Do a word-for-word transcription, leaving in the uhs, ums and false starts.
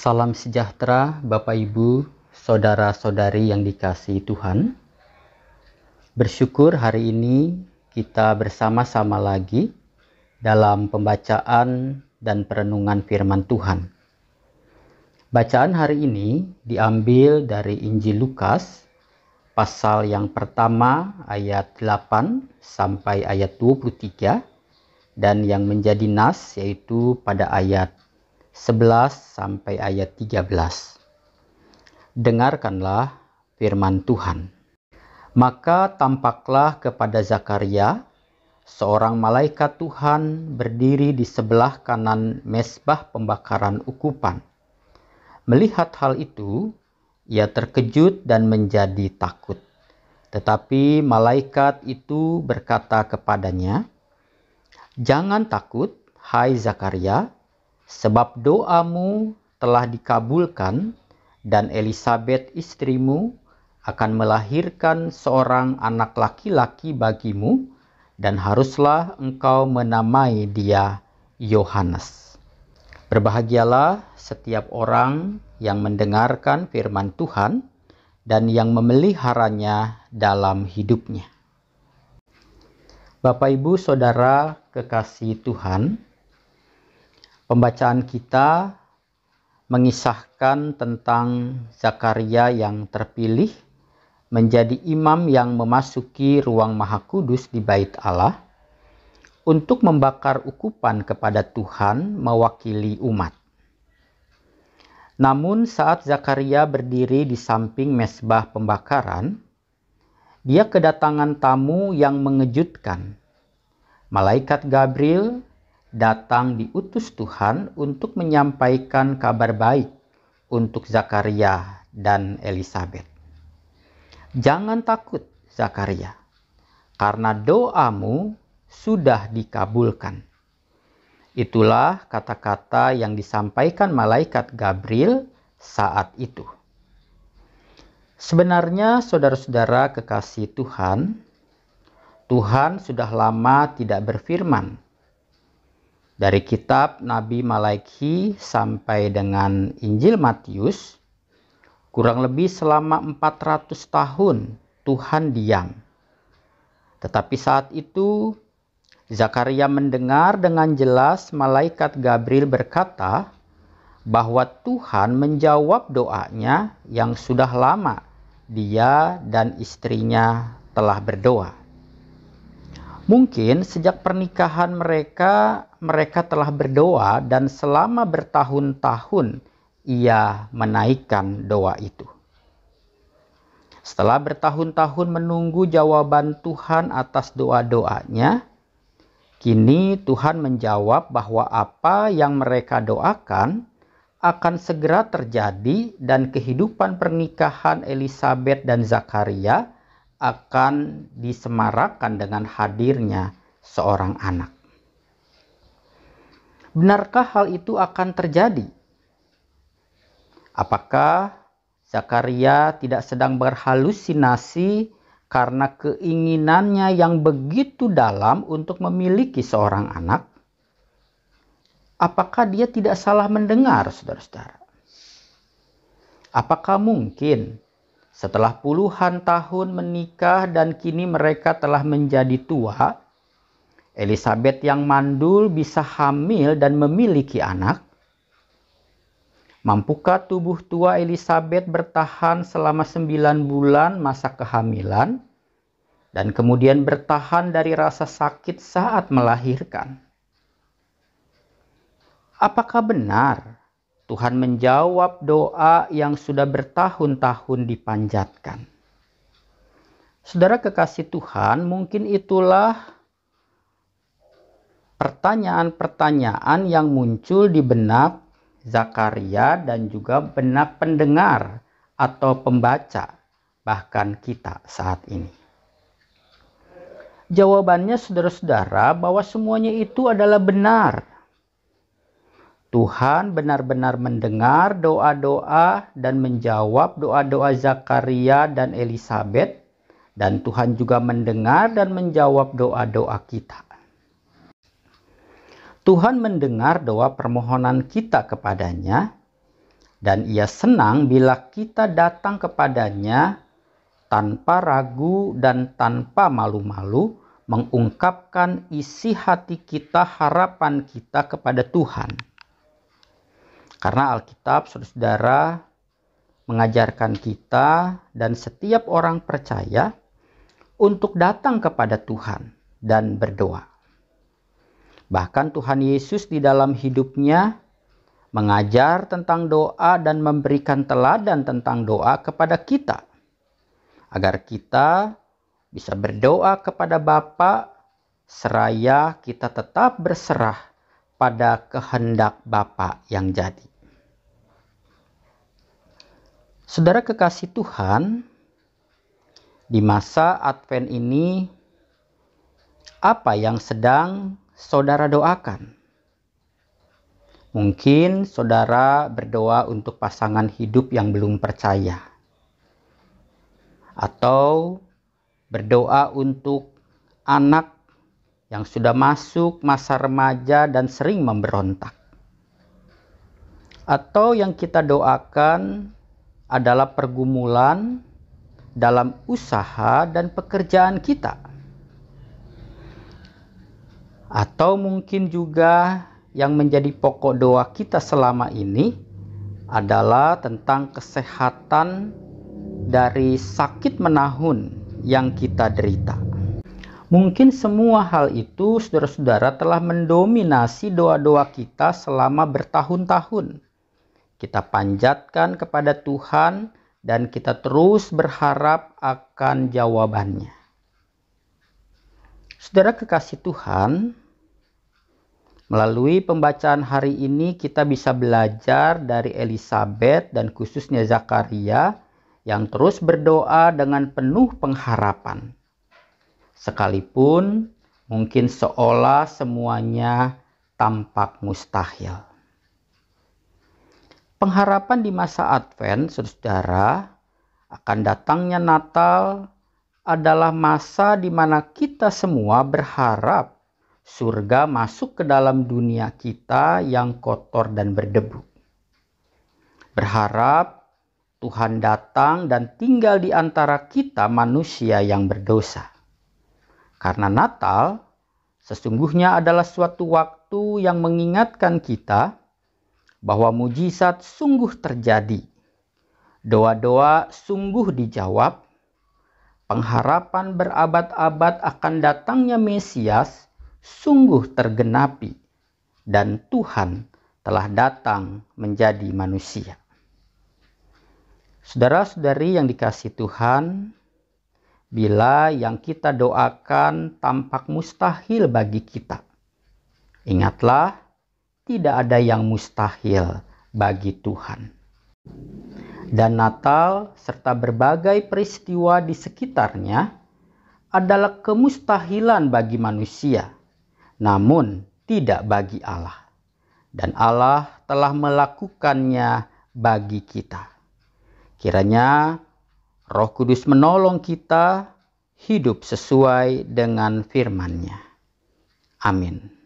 Salam sejahtera Bapak Ibu, Saudara-saudari yang dikasihi Tuhan. Bersyukur hari ini kita bersama-sama lagi dalam pembacaan dan perenungan firman Tuhan. Bacaan hari ini diambil dari Injil Lukas, pasal yang pertama ayat delapan sampai ayat dua puluh tiga, dan yang menjadi nas yaitu pada ayat sebelas sampai ayat tiga belas. Dengarkanlah firman Tuhan. Maka tampaklah kepada Zakaria seorang malaikat Tuhan berdiri di sebelah kanan mezbah pembakaran ukupan. Melihat hal itu, ia terkejut dan menjadi takut. Tetapi malaikat itu berkata kepadanya, "Jangan takut, hai Zakaria, sebab doamu telah dikabulkan dan Elisabet istrimu akan melahirkan seorang anak laki-laki bagimu dan haruslah engkau menamai dia Yohanes." Berbahagialah setiap orang yang mendengarkan firman Tuhan dan yang memeliharanya dalam hidupnya. Bapak, Ibu, Saudara kekasih Tuhan, pembacaan kita mengisahkan tentang Zakaria yang terpilih menjadi imam yang memasuki ruang Maha Kudus di Bait Allah untuk membakar ukupan kepada Tuhan mewakili umat. Namun saat Zakaria berdiri di samping mezbah pembakaran, dia kedatangan tamu yang mengejutkan. Malaikat Gabriel datang diutus Tuhan untuk menyampaikan kabar baik untuk Zakaria dan Elisabet. Jangan takut, Zakaria, karena doamu sudah dikabulkan. Itulah kata-kata yang disampaikan malaikat Gabriel saat itu. Sebenarnya saudara-saudara kekasih Tuhan, Tuhan sudah lama tidak berfirman. Dari kitab Nabi Malaikhi sampai dengan Injil Matius, kurang lebih selama empat ratus tahun Tuhan diam. Tetapi saat itu, Zakaria mendengar dengan jelas malaikat Gabriel berkata bahwa Tuhan menjawab doanya yang sudah lama dia dan istrinya telah berdoa. Mungkin sejak pernikahan mereka, mereka telah berdoa dan selama bertahun-tahun ia menaikkan doa itu. Setelah bertahun-tahun menunggu jawaban Tuhan atas doa-doanya, kini Tuhan menjawab bahwa apa yang mereka doakan akan segera terjadi dan kehidupan pernikahan Elisabet dan Zakaria akan disemarakan dengan hadirnya seorang anak. Benarkah hal itu akan terjadi? Apakah Zakaria tidak sedang berhalusinasi karena keinginannya yang begitu dalam untuk memiliki seorang anak? Apakah dia tidak salah mendengar, saudara-saudara? Apakah mungkin setelah puluhan tahun menikah dan kini mereka telah menjadi tua, Elisabet yang mandul bisa hamil dan memiliki anak? Mampukah tubuh tua Elisabet bertahan selama sembilan bulan masa kehamilan dan kemudian bertahan dari rasa sakit saat melahirkan? Apakah benar Tuhan menjawab doa yang sudah bertahun-tahun dipanjatkan? Saudara kekasih Tuhan, mungkin itulah pertanyaan-pertanyaan yang muncul di benak Zakaria dan juga benak pendengar atau pembaca, bahkan kita saat ini. Jawabannya saudara-saudara bahwa semuanya itu adalah benar. Tuhan benar-benar mendengar doa-doa dan menjawab doa-doa Zakaria dan Elisabet, dan Tuhan juga mendengar dan menjawab doa-doa kita. Tuhan mendengar doa permohonan kita kepadanya Dan Ia senang bila kita datang kepadanya tanpa ragu dan tanpa malu-malu, mengungkapkan isi hati kita, harapan kita kepada Tuhan. Karena Alkitab, saudara, mengajarkan kita dan setiap orang percaya untuk datang kepada Tuhan dan berdoa. Bahkan Tuhan Yesus di dalam hidupnya mengajar tentang doa dan memberikan teladan tentang doa kepada kita, agar kita bisa berdoa kepada Bapa seraya kita tetap berserah pada kehendak Bapa yang jadi. Saudara kekasih Tuhan, di masa Advent ini, apa yang sedang saudara doakan? Mungkin saudara berdoa untuk pasangan hidup yang belum percaya, atau berdoa untuk anak yang sudah masuk masa remaja dan sering memberontak. Atau yang kita doakan adalah pergumulan dalam usaha dan pekerjaan kita. Atau mungkin juga yang menjadi pokok doa kita selama ini adalah tentang kesehatan dari sakit menahun yang kita derita. Mungkin semua hal itu saudara-saudara telah mendominasi doa-doa kita selama bertahun-tahun. Kita panjatkan kepada Tuhan dan kita terus berharap akan jawabannya. Saudara kekasih Tuhan, melalui pembacaan hari ini kita bisa belajar dari Elisabet dan khususnya Zakaria yang terus berdoa dengan penuh pengharapan. Sekalipun mungkin seolah semuanya tampak mustahil. Pengharapan di masa Advent, saudara, akan datangnya Natal adalah masa di mana kita semua berharap surga masuk ke dalam dunia kita yang kotor dan berdebu. Berharap Tuhan datang dan tinggal di antara kita manusia yang berdosa. Karena Natal sesungguhnya adalah suatu waktu yang mengingatkan kita bahwa mujizat sungguh terjadi. Doa-doa sungguh dijawab. Pengharapan berabad-abad akan datangnya Mesias sungguh tergenapi. Dan Tuhan telah datang menjadi manusia. Saudara-saudari yang dikasihi Tuhan, bila yang kita doakan tampak mustahil bagi kita, ingatlah, tidak ada yang mustahil bagi Tuhan. Dan Natal serta berbagai peristiwa di sekitarnya adalah kemustahilan bagi manusia, namun tidak bagi Allah. Dan Allah telah melakukannya bagi kita. Kiranya Roh Kudus menolong kita hidup sesuai dengan firman-Nya. Amin.